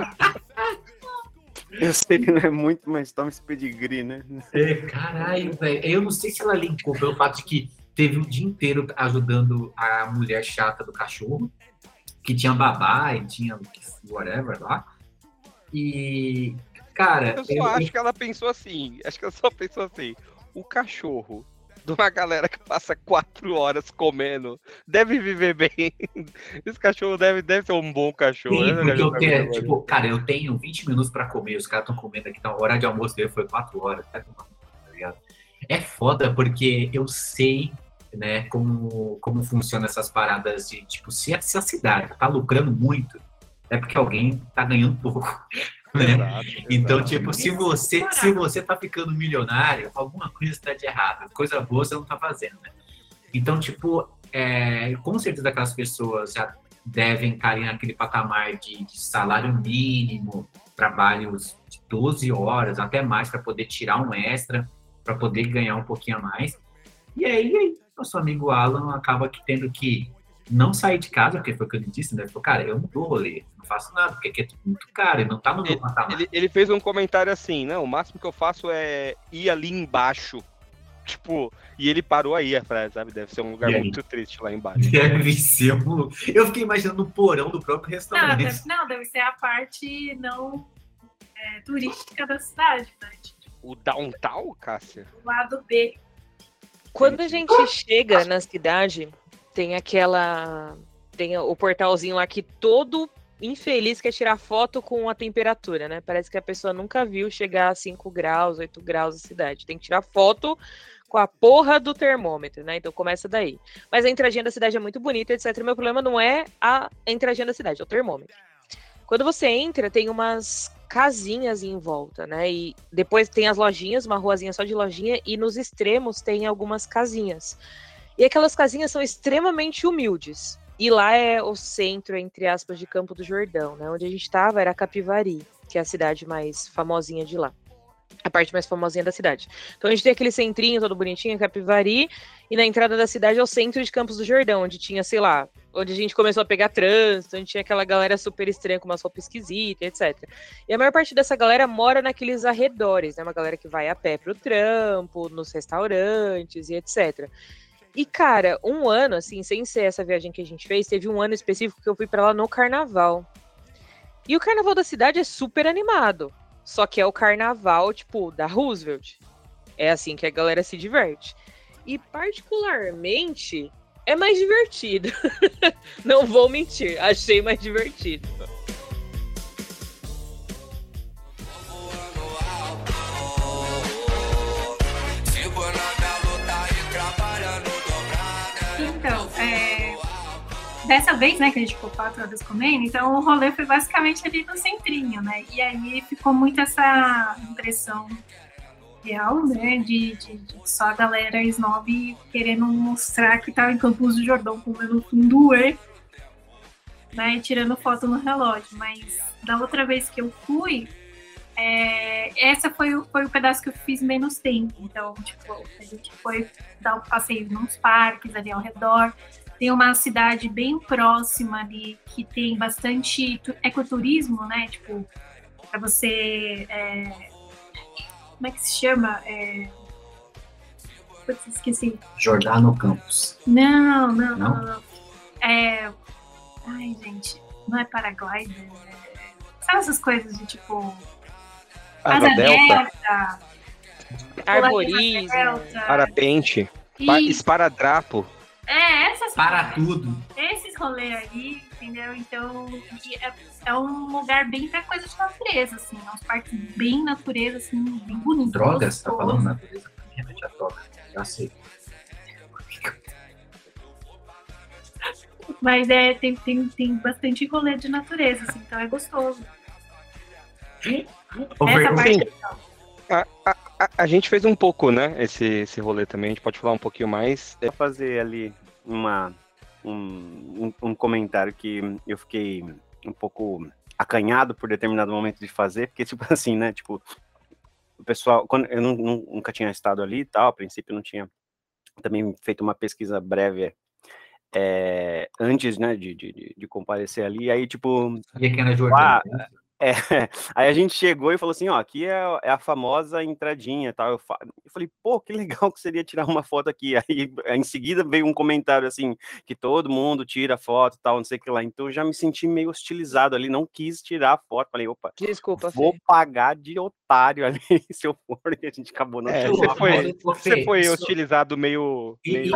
Eu sei que não é muito, mas toma esse pedigree, né? Caralho, velho. Eu não sei se ela linkou pelo fato de que teve o dia inteiro ajudando a mulher chata do cachorro, que tinha babá e tinha whatever lá. E, cara... Eu só acho que ela pensou assim. Acho que ela só pensou assim. O cachorro de uma galera que passa 4 horas comendo deve viver bem. Esse cachorro deve ser um bom cachorro. Sim, né? porque eu tenho, tipo, cara, eu tenho 20 minutos pra comer, os caras estão comendo aqui, então a hora de almoço dele foi 4 horas, tá ligado? É foda porque eu sei, né, como funciona essas paradas de, tipo, se a cidade tá lucrando muito, é porque alguém tá ganhando pouco. Né? Exato. Então, tipo, se você tá ficando milionário, alguma coisa está de errado. Coisa boa você não tá fazendo, né? Então, tipo, com certeza aquelas pessoas já devem estar naquele patamar de salário mínimo, trabalhos de 12 horas, até mais, para poder tirar um extra, para poder ganhar um pouquinho a mais. E aí, nosso amigo Alan acaba tendo que não sair de casa, porque foi o que ele disse, né? Ele falou, cara, eu não dou rolê, não faço nada, porque aqui é tudo muito caro, e não tá no meu patamar. Ele fez um comentário assim, não, o máximo que eu faço é ir ali embaixo, tipo, e ele parou aí a frase, sabe? Deve ser um lugar muito triste lá embaixo. Deve ser um... Eu fiquei imaginando o porão do próprio restaurante. Deve ser a parte não turística da cidade, né? O downtown, Cássia? O lado B. Quando a gente chega na cidade, tem o portalzinho lá que todo infeliz quer tirar foto com a temperatura, né? Parece que a pessoa nunca viu chegar a 5 graus, 8 graus na cidade. Tem que tirar foto com a porra do termômetro, né? Então começa daí. Mas a entradinha da cidade é muito bonita, etc. Meu problema não é a entradinha da cidade, é o termômetro. Quando você entra, tem umas casinhas em volta, né? E depois tem as lojinhas, uma ruazinha só de lojinha, e nos extremos tem algumas casinhas. E aquelas casinhas são extremamente humildes. E lá é o centro, entre aspas, de Campo do Jordão, né? Onde a gente estava era Capivari, que é a cidade mais famosinha de lá. A parte mais famosinha da cidade. Então a gente tem aquele centrinho todo bonitinho, Capivari, e na entrada da cidade é o centro de Campos do Jordão, onde tinha, sei lá, onde a gente começou a pegar trânsito, onde tinha aquela galera super estranha com umas roupas esquisitas, etc. E a maior parte dessa galera mora naqueles arredores, né? Uma galera que vai a pé pro trampo, nos restaurantes e etc. E, cara, um ano, assim, sem ser essa viagem que a gente fez, teve um ano específico que eu fui pra lá no carnaval. E o carnaval da cidade é super animado. Só que é o carnaval, tipo, da Roosevelt. É assim que a galera se diverte. E, particularmente, é mais divertido. Não vou mentir, achei mais divertido. Dessa vez, né, que a gente ficou 4 horas comendo, então o rolê foi basicamente ali no centrinho, né? E aí ficou muito essa impressão real, né, de só a galera snob querendo mostrar que tava em Campos do Jordão comendo funduê, né, e tirando foto no relógio. Mas da outra vez que eu fui, essa foi o pedaço que eu fiz menos tempo. Então, tipo, a gente foi dar um passeio nos parques ali ao redor. Tem uma cidade bem próxima ali que tem bastante ecoturismo, né? Tipo, para você... como é que se chama? Putz, esqueci. Jordano Campos. Não. Não? Ai, gente, não é paraglider. Sabe essas coisas de tipo... Asa delta, Arborismo. parapente, esparadrapo. Essas Para coisas. tudo. Esses rolês aí, entendeu? Então, é um lugar bem pra coisa de natureza, assim. É uns parques bem natureza, assim, bem bonitos. Drogas? Tá gostosos. falando natureza? Remete a droga. Já sei. Mas tem bastante rolê de natureza, assim, então é gostoso. Essa parte A gente fez um pouco, né, esse rolê também, a gente pode falar um pouquinho mais. Vou fazer ali um comentário que eu fiquei um pouco acanhado por determinado momento de fazer, porque, tipo assim, né, tipo, o pessoal, quando eu nunca tinha estado ali e tal, a princípio não tinha também feito uma pesquisa breve antes, né, de comparecer ali, aí, tipo... Sabia que era Jordano. Aí a gente chegou e falou assim, ó, aqui é a famosa entradinha e tal. Eu falei, pô, que legal que seria tirar uma foto aqui. Aí em seguida veio um comentário assim, que todo mundo tira foto e tal, não sei o que lá. Então eu já me senti meio hostilizado ali, não quis tirar a foto. Falei, opa, Desculpa, vou Fê. pagar de otário ali se eu for, e a gente acabou não Você foi hostilizado meio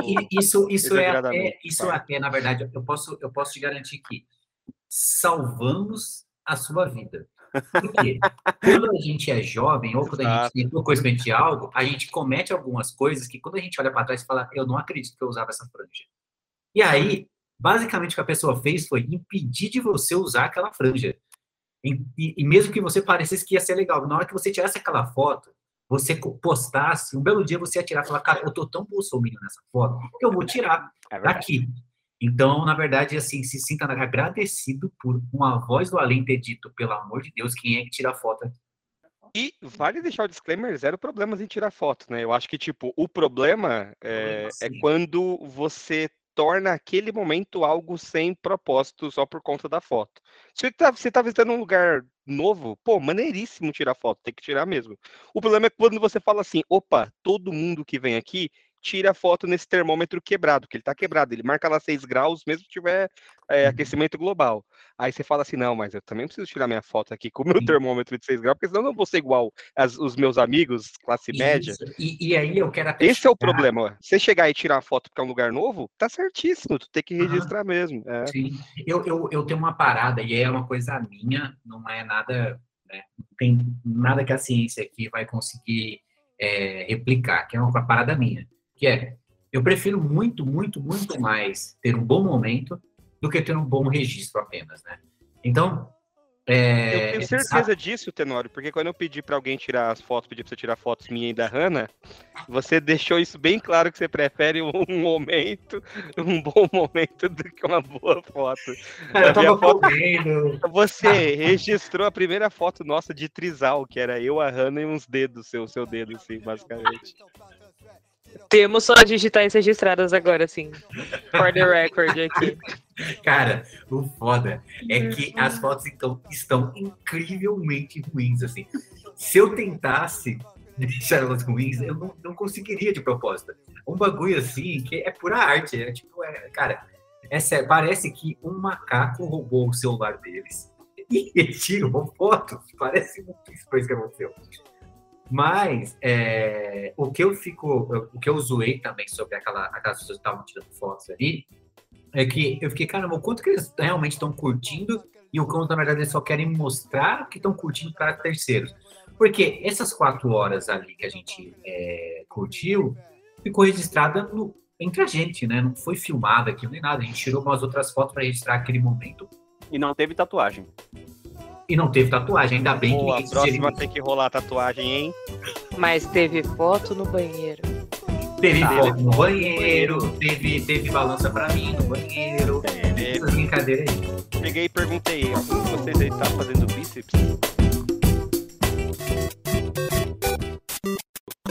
Isso até, na verdade, eu posso te garantir que salvamos a sua vida. Por quê? Quando a gente é jovem, ou quando a gente tem conhecimento de algo, a gente comete algumas coisas que quando a gente olha para trás e fala, eu não acredito que eu usava essa franja. E aí, basicamente o que a pessoa fez foi impedir de você usar aquela franja. E mesmo que você parecesse que ia ser legal, na hora que você tirasse aquela foto, você postasse, um belo dia você ia tirar e falar, cara, eu tô tão bolsominion nessa foto, que eu vou tirar daqui. Então, na verdade, assim, se sinta agradecido por uma voz do além ter dito, pelo amor de Deus, quem é que tira foto aqui? E vale deixar o disclaimer, zero problemas em tirar foto, né? Eu acho que, tipo, o problema é quando você torna aquele momento algo sem propósito só por conta da foto. Se você tá visitando um lugar novo, pô, maneiríssimo tirar foto, tem que tirar mesmo. O problema é quando você fala assim, opa, todo mundo que vem aqui tira a foto nesse termômetro quebrado, que ele tá quebrado, ele marca lá 6 graus, mesmo que tiver aquecimento global. Aí você fala assim, não, mas eu também preciso tirar minha foto aqui com o meu termômetro de 6 graus, porque senão eu não vou ser igual os meus amigos, classe média. E aí eu quero até Esse é o problema, ó. Você chegar e tirar a foto porque é um lugar novo, tá certíssimo, tu tem que registrar mesmo. Sim, eu tenho uma parada, e é uma coisa minha, não é nada, né, não tem nada que a ciência aqui vai conseguir replicar, que é uma parada minha. Que eu prefiro muito, muito, muito mais ter um bom momento do que ter um bom registro apenas, né? Então, eu tenho certeza disso, Tenório, porque quando eu pedi para alguém tirar as fotos, pedi para você tirar fotos minha e da Hannah, você deixou isso bem claro que você prefere um bom momento do que uma boa foto. Eu tava correndo. Você registrou a primeira foto nossa de trisal, que era eu, a Hannah e uns dedos, seu dedo, assim, basicamente. Temos só digitais registradas agora, sim. For the record aqui. Cara, o foda é que as fotos estão incrivelmente ruins, assim. Se eu tentasse deixar elas ruins, eu não conseguiria de propósito. Um bagulho assim, que é pura arte. Cara, é sério, parece que um macaco roubou o celular deles e tirou fotos. Parece muito isso que aconteceu. Mas o que eu zoei também sobre aquelas pessoas que estavam tirando fotos ali é que eu fiquei, caramba, o quanto que eles realmente estão curtindo e o quanto, na verdade, eles só querem mostrar que estão curtindo para terceiros. Porque essas 4 horas ali que a gente curtiu, ficou registrada entre a gente, né? Não foi filmada aqui nem nada. A gente tirou umas outras fotos para registrar aquele momento. E não teve tatuagem. Ainda bem que a próxima tem que rolar tatuagem, hein? Mas teve foto no banheiro. Teve foto no banheiro, teve balança pra mim no banheiro. Essa brincadeira aí. Cheguei e perguntei, algum de vocês aí tá fazendo bíceps?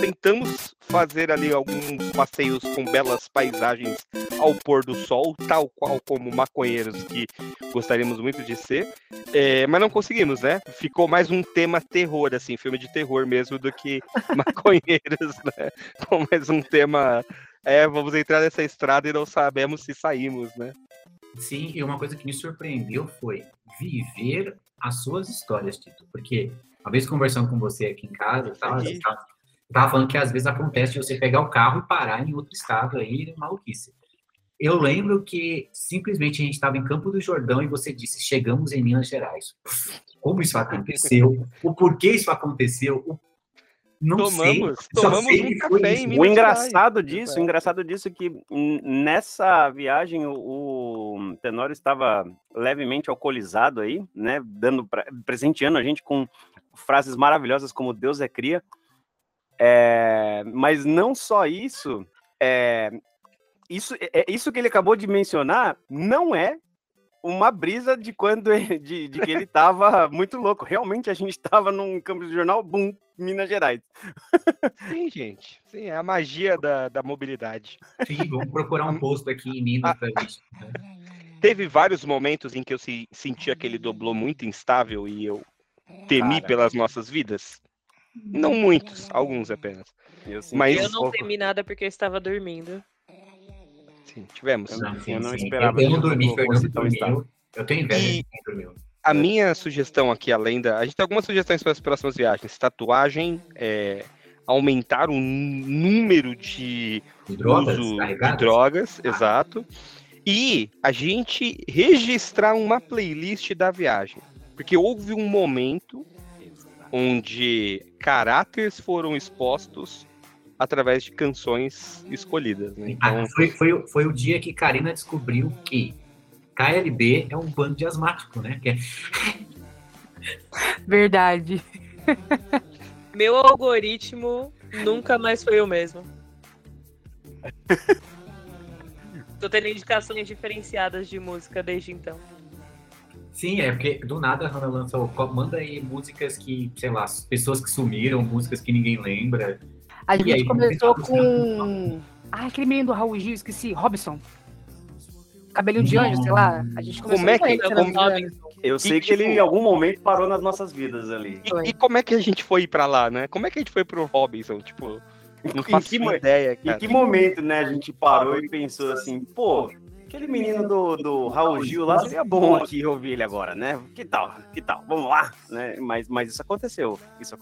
tentamos fazer ali alguns passeios com belas paisagens ao pôr do sol, tal qual como maconheiros que gostaríamos muito de ser, mas não conseguimos, né? Ficou mais um tema terror, assim, filme de terror mesmo, do que maconheiros, né? Com mais um tema, vamos entrar nessa estrada e não sabemos se saímos, né? Sim, e uma coisa que me surpreendeu foi viver as suas histórias, Tito, porque uma vez conversando com você aqui em casa, eu tava falando que às vezes acontece de você pegar o carro e parar em outro estado aí, maluquice. Eu lembro que simplesmente a gente estava em Campo do Jordão e você disse, chegamos em Minas Gerais. Como isso aconteceu? O porquê isso aconteceu? Não sei. Tomamos um café em Minas O engraçado disso é que nessa viagem o Tenório estava levemente alcoolizado aí, né, presenteando a gente com frases maravilhosas como Deus é cria. Mas não só isso, isso que ele acabou de mencionar não é uma brisa de quando de que ele estava muito louco. Realmente a gente estava num campo de jornal, Minas Gerais. Sim, gente. Sim, é a magia da mobilidade. Sim, vamos procurar um posto aqui em Minas pra gente. Teve vários momentos em que eu senti aquele doblô muito instável e eu temi pelas nossas vidas. Não muitos, alguns apenas. Eu não temi nada porque eu estava dormindo. Sim, tivemos. Eu não esperava. Eu não dormi, Fernando dormiu. Eu tenho inveja de quem dormiu. A minha sugestão aqui, além da... A gente tem algumas sugestões para as próximas viagens. Tatuagem, aumentar o número de uso de drogas, exato. E a gente registrar uma playlist da viagem. Porque houve um momento onde caráteres foram expostos através de canções escolhidas. Né? Então... Foi o dia que Karina descobriu que KLB é um bando de asmático, né? Verdade. Meu algoritmo nunca mais foi o mesmo. Tô tendo indicações diferenciadas de música desde então. Sim, porque do nada a Hannah lançou, manda aí músicas que, sei lá, pessoas que sumiram, músicas que ninguém lembra. A gente começou com... aquele menino do Raul Gil, esqueci, Robson. Cabelinho de anjo, sei lá. A gente começou Eu sei que ele em algum momento parou nas nossas vidas ali. E como é que a gente foi pra lá, né? Como é que a gente foi pro Robinson? Tipo, não faço ideia, cara. Em que momento, né, a gente parou e pensou assim, pô, aquele menino do Raul Gil lá seria bom aqui ouvir ele agora, né? Que tal? Vamos lá, né? Mas isso aconteceu.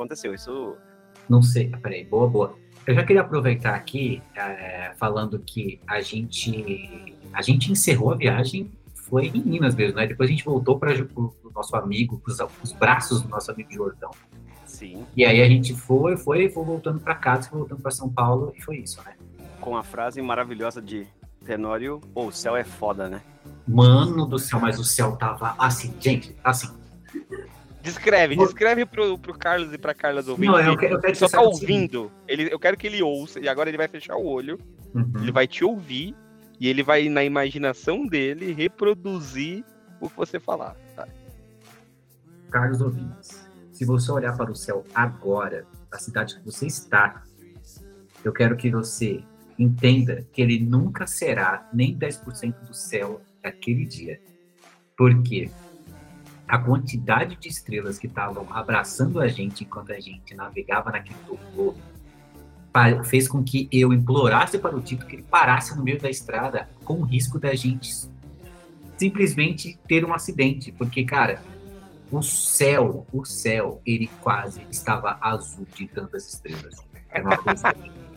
Não sei, peraí, boa. Eu já queria aproveitar aqui, falando que a gente encerrou a viagem, foi em Minas mesmo, né? Depois a gente voltou para o nosso amigo, os braços do nosso amigo Jordão. Sim. E aí a gente foi voltando para casa, foi voltando para São Paulo, e foi isso, né? Com a frase maravilhosa de Tenório, o céu é foda, né? Mano do céu, mas o céu tava assim, gente, assim. Descreve pro Carlos e pra Carla do ouvinte. Não, eu quero que só tá ouvindo. Eu quero que ele ouça, e agora ele vai fechar o olho, ele vai te ouvir, e ele vai, na imaginação dele, reproduzir o que você falar. Tá? Carlos ouvintes, se você olhar para o céu agora, da cidade que você está, eu quero que você entenda que ele nunca será nem 10% do céu daquele dia. Por quê? A quantidade de estrelas que estavam abraçando a gente enquanto a gente navegava naquele globo fez com que eu implorasse para o Tito que ele parasse no meio da estrada com o risco da gente simplesmente ter um acidente. Porque, cara, o céu, ele quase estava azul de tantas estrelas. Era uma coisa...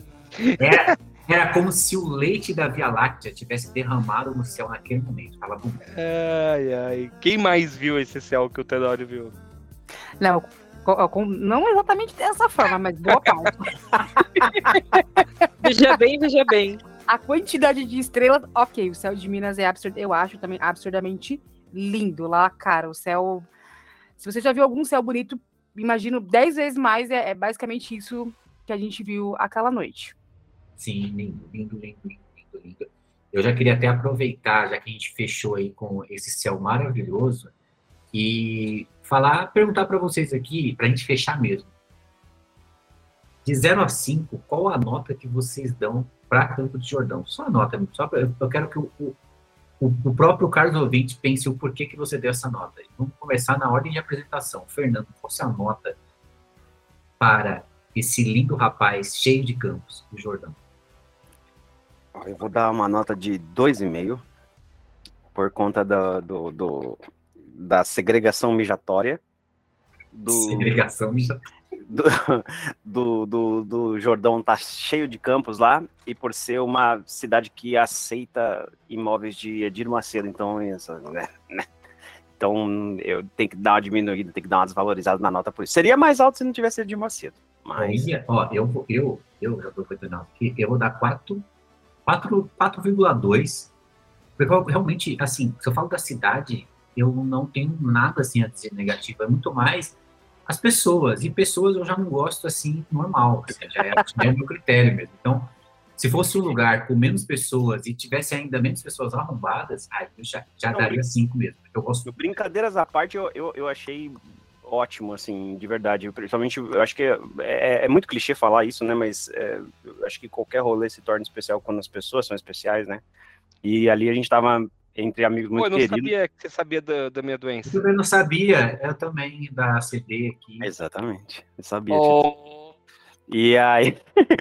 Era como se o leite da Via Láctea tivesse derramado no céu naquele momento. Tava bonito. Ai. Quem mais viu esse céu que o Tenório viu? Não exatamente dessa forma, mas boa parte. Veja bem. A quantidade de estrelas, ok, o céu de Minas é absurdo, eu acho também absurdamente lindo lá, cara. O céu, se você já viu algum céu bonito, imagino 10 vezes mais, é basicamente isso que a gente viu aquela noite. Sim, lindo. Eu já queria até aproveitar, já que a gente fechou aí com esse céu maravilhoso, e perguntar para vocês aqui, para a gente fechar mesmo. De 0 a 5, qual a nota que vocês dão para Campos do Jordão? Só a nota, eu quero que o próprio Carlos ouvinte pense o porquê que você deu essa nota. Vamos começar na ordem de apresentação. Fernando, qual é a nota para esse lindo rapaz cheio de campos do Jordão? Eu vou dar uma nota de 2,5 por conta da segregação mijatória. Segregação do Jordão tá cheio de campos lá, e por ser uma cidade que aceita imóveis de Edir Macedo, então então eu tenho que dar uma diminuída, tenho que dar uma desvalorizada na nota por isso. Seria mais alto se não tivesse Edir Macedo, mas... Ó, eu já tô aproveitando aqui, eu vou dar 4,2, porque realmente, assim, se eu falo da cidade, eu não tenho nada, assim, a dizer negativo, é muito mais as pessoas, e pessoas eu já não gosto, assim, normal, assim, já é o meu critério mesmo. Então, se fosse um lugar com menos pessoas e tivesse ainda menos pessoas arrombadas, aí eu já daria 5 mesmo, porque eu gosto. Brincadeiras à parte, eu achei ótimo, assim, de verdade. Principalmente, eu acho que é muito clichê falar isso, né, mas eu acho que qualquer rolê se torna especial quando as pessoas são especiais, né, e ali a gente tava entre amigos muito queridos. Eu não sabia que você sabia da minha doença. Eu não sabia, eu também, da CD aqui. Exatamente, eu sabia. E aí,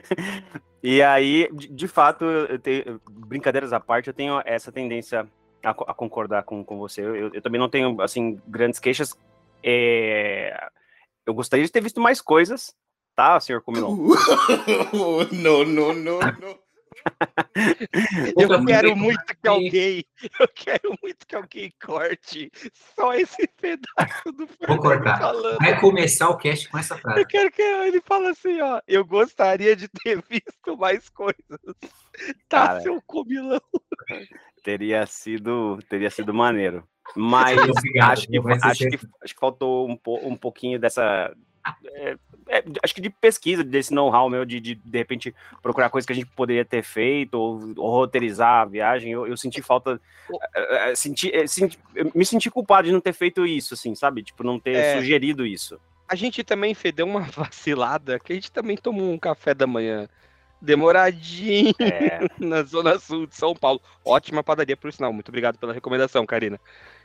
de fato, brincadeiras à parte, eu tenho essa tendência a concordar com você. Eu também não tenho, assim, grandes queixas. Eu gostaria de ter visto mais coisas, tá, senhor Comilon? Não. Eu quero muito que alguém corte só esse pedaço do Fernando. Vou cortar. Falando. Vai começar o cast com essa frase. Eu quero que ele fale assim, ó. Eu gostaria de ter visto mais coisas. Tá, cara, seu comilão. Teria sido maneiro. Mas acho que faltou um pouquinho dessa... acho que de pesquisa, desse know-how meu, de repente procurar coisas que a gente poderia ter feito, ou roteirizar a viagem. Eu senti falta, me senti culpado de não ter feito isso, assim, sabe? Tipo, não ter sugerido isso. A gente também, Fê, deu uma vacilada, que a gente também tomou um café da manhã demoradinho na Zona Sul de São Paulo. Ótima padaria, por sinal. Muito obrigado pela recomendação, Karina.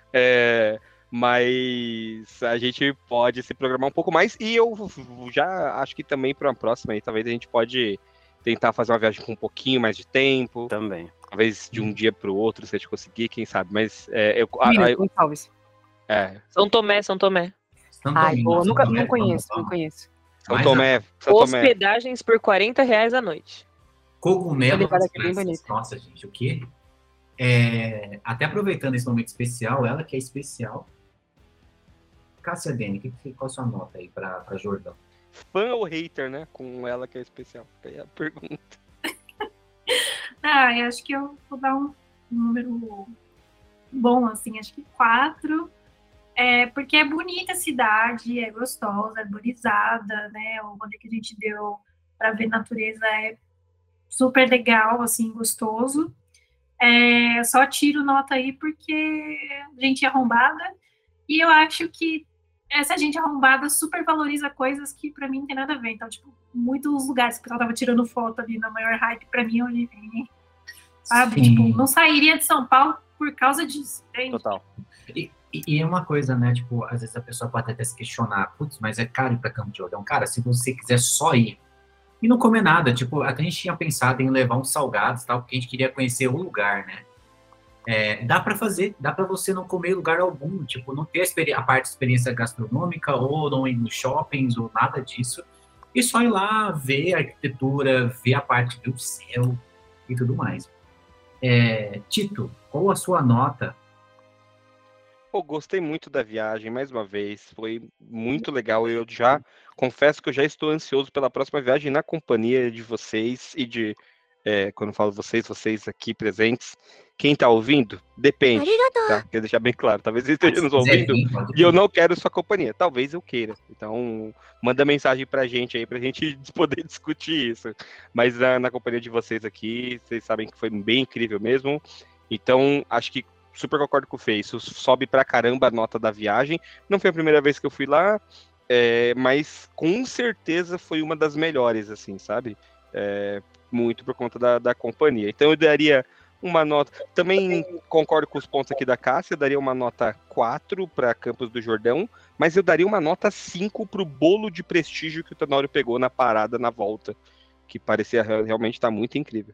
Mas a gente pode se programar um pouco mais, e eu já acho que também para uma próxima aí, talvez a gente pode tentar fazer uma viagem com um pouquinho mais de tempo. Também. Talvez de um dia para o outro, se a gente conseguir, quem sabe. Mas São Tomé. Ai, boa. Não conheço. São Tomé. Hospedagens por R$40 a noite. Cogumelo. Nossa, gente, o quê? Até aproveitando esse momento especial, ela que é especial. Cássia Dene, qual a sua nota aí para Jordão? Fã ou hater, né? Com ela que é especial. É a pergunta. Eu acho que eu vou dar um número bom, assim, acho que 4. Porque é bonita a cidade, é gostosa, arborizada, né? O rolê que a gente deu para ver natureza é super legal, assim, gostoso. Só tiro nota aí porque gente arrombada, e eu acho que essa gente arrombada super valoriza coisas que pra mim não tem nada a ver. Então, tipo, muitos lugares que o pessoal tava tirando foto ali na maior hype, pra mim, sabe? Sim. Tipo, não sairia de São Paulo por causa disso. Entende? Total. E é uma coisa, né? Tipo, às vezes a pessoa pode até se questionar, putz, mas é caro ir pra Campo de Jordão. Cara, se você quiser só ir e não comer nada, tipo, até a gente tinha pensado em levar uns salgados, tal, porque a gente queria conhecer o lugar, né? Dá pra fazer, dá pra você não comer em lugar algum, tipo, não ter a parte de experiência gastronômica, ou não ir nos shoppings, ou nada disso, e só ir lá ver a arquitetura, ver a parte do céu e tudo mais. Tito, qual a sua nota? Gostei muito da viagem, mais uma vez, foi muito legal. Eu já confesso que eu já estou ansioso pela próxima viagem na companhia de vocês e de, quando eu falo vocês aqui presentes, quem está ouvindo, depende, tá? Quero deixar bem claro, talvez vocês estejam nos ouvindo e eu não quero sua companhia, talvez eu queira. Então, manda mensagem pra gente aí, pra gente poder discutir isso. Mas na companhia de vocês aqui, vocês sabem que foi bem incrível mesmo. Então, acho que super concordo com o Fê, isso sobe pra caramba a nota da viagem. Não foi a primeira vez que eu fui lá, mas com certeza foi uma das melhores, assim, sabe? Muito por conta da companhia. Então eu daria uma nota. Também concordo com os pontos aqui da Cássia, eu daria uma nota 4 para Campos do Jordão, mas eu daria uma nota 5 para o bolo de prestígio que o Tenório pegou na parada, na volta, que parecia realmente estar muito incrível.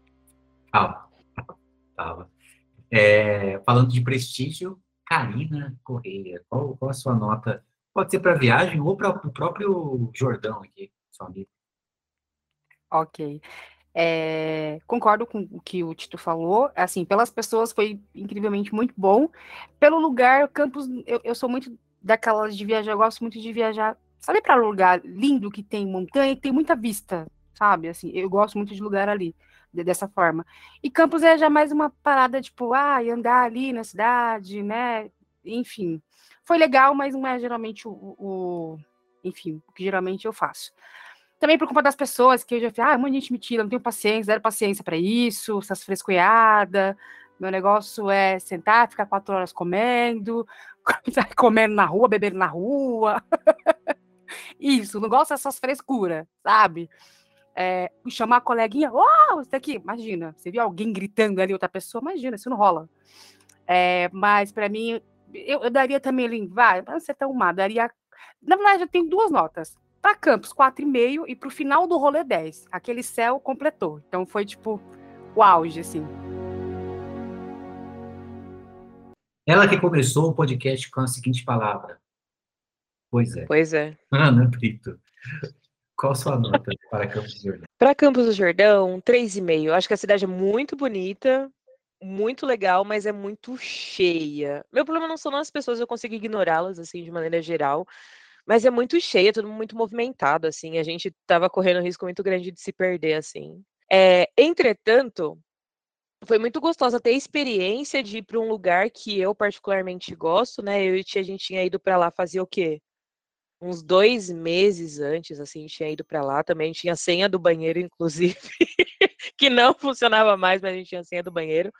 Tava. Falando de prestígio, Karina Correia, qual a sua nota? Pode ser para viagem ou para o próprio Jordão aqui, seu amigo. Ok. Concordo com o que o Tito falou. Assim, pelas pessoas foi incrivelmente muito bom. Pelo lugar, Campos, eu sou muito daquelas de viajar, eu gosto muito de viajar, sabe, para lugar lindo que tem montanha e tem muita vista, sabe? Assim, eu gosto muito de lugar ali, dessa forma. E Campos é já mais uma parada, tipo, andar ali na cidade, né? Enfim, foi legal, mas não é geralmente enfim, o que geralmente eu faço. Também por culpa das pessoas, que eu já falei, muita gente me tira, não tenho paciência, zero paciência para isso, essas frescunhadas. Meu negócio é sentar, ficar 4 horas comendo na rua, bebendo na rua. Isso, não gosto dessas frescuras, sabe? Chamar a coleguinha, isso daqui, imagina, você viu alguém gritando ali, outra pessoa, imagina, isso não rola. Mas para mim, eu daria também ali, para não ser tão má, daria, na verdade eu tenho 2 notas. Para Campos, 4,5, e para o final do rolê, 10. Aquele céu completou. Então foi tipo o auge, assim. Ela que começou o podcast com a seguinte palavra. Pois é. Ana Brito, qual a sua nota para Campos do Jordão? Para Campos do Jordão, 3,5. Acho que a cidade é muito bonita, muito legal, mas é muito cheia. Meu problema não são as pessoas, eu consigo ignorá-las, assim, de maneira geral. Mas é muito cheia, tudo muito movimentado, assim. A gente tava correndo um risco muito grande de se perder, assim. Entretanto, foi muito gostosa ter a experiência de ir para um lugar que eu particularmente gosto, né? Eu e a gente tinha ido para lá fazia o quê? Uns 2 meses antes, assim, a gente tinha ido para lá. Também tinha senha do banheiro, inclusive, que não funcionava mais, mas a gente tinha senha do banheiro.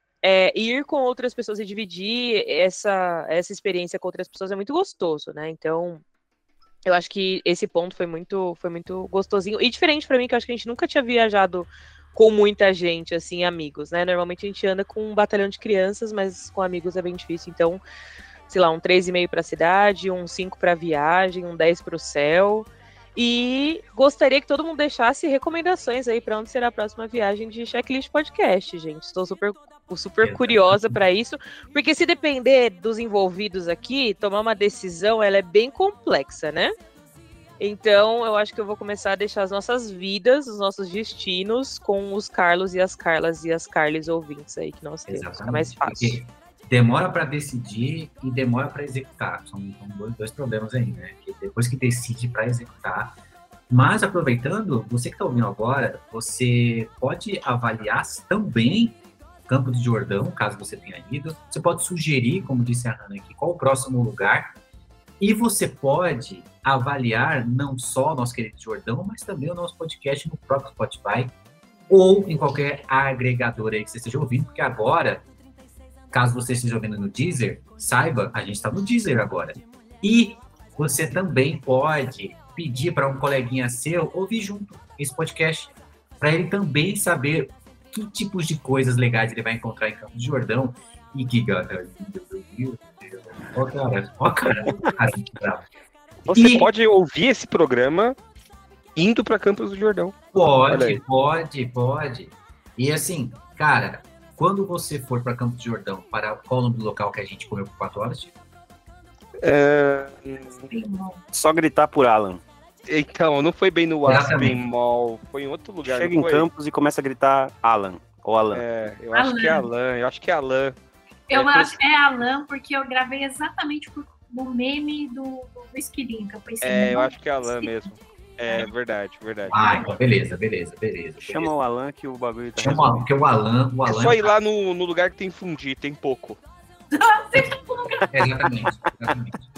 Ir com outras pessoas e dividir essa experiência com outras pessoas é muito gostoso, né? Então, eu acho que esse ponto foi muito gostosinho. E diferente pra mim, que eu acho que a gente nunca tinha viajado com muita gente, assim, amigos, né? Normalmente a gente anda com um batalhão de crianças, mas com amigos é bem difícil. Então, sei lá, um 3,5 pra cidade, um 5 pra viagem, um 10 pro céu. E gostaria que todo mundo deixasse recomendações aí para onde será a próxima viagem de Checklist Podcast, gente. Estou super curiosa para isso, porque se depender dos envolvidos aqui, tomar uma decisão, ela é bem complexa, né? Então, eu acho que eu vou começar a deixar as nossas vidas, os nossos destinos com os Carlos e as Carlas e as Carles ouvintes aí, que nós temos. Fica mais fácil. Porque demora para decidir e demora para executar. São dois problemas aí, né? Que depois que decide para executar. Mas, aproveitando, você que está ouvindo agora, você pode avaliar também Campos do Jordão, caso você tenha ido. Você pode sugerir, como disse a Hannah aqui, qual o próximo lugar. E você pode avaliar não só o nosso querido Jordão, mas também o nosso podcast no próprio Spotify ou em qualquer agregador aí que você esteja ouvindo, porque agora, caso você esteja ouvindo no Deezer, saiba, a gente está no Deezer agora. E você também pode pedir para um coleguinha seu ouvir junto esse podcast, para ele também saber que tipos de coisas legais ele vai encontrar em Campos do Jordão e que cara, que bravo. Você pode ouvir esse programa indo para Campos do Jordão. Pode. E assim, cara, quando você for para Campos do Jordão, para qual o nome do local que a gente comeu por 4 horas? Só gritar por Alan. Então, não foi bem no Aspen Mall, foi em outro lugar. Chega em Campos e começa a gritar Alan, ou Alan. Eu acho que é Alan, Eu acho que é Alan, porque eu gravei exatamente o meme do esquilinho, que eu pensei. Eu acho que é Alan mesmo. É verdade. Então beleza. Chama o Alan que o bagulho tá Chama porque o Alan é só ir lá no lugar que tem fundi, tem pouco. Exatamente.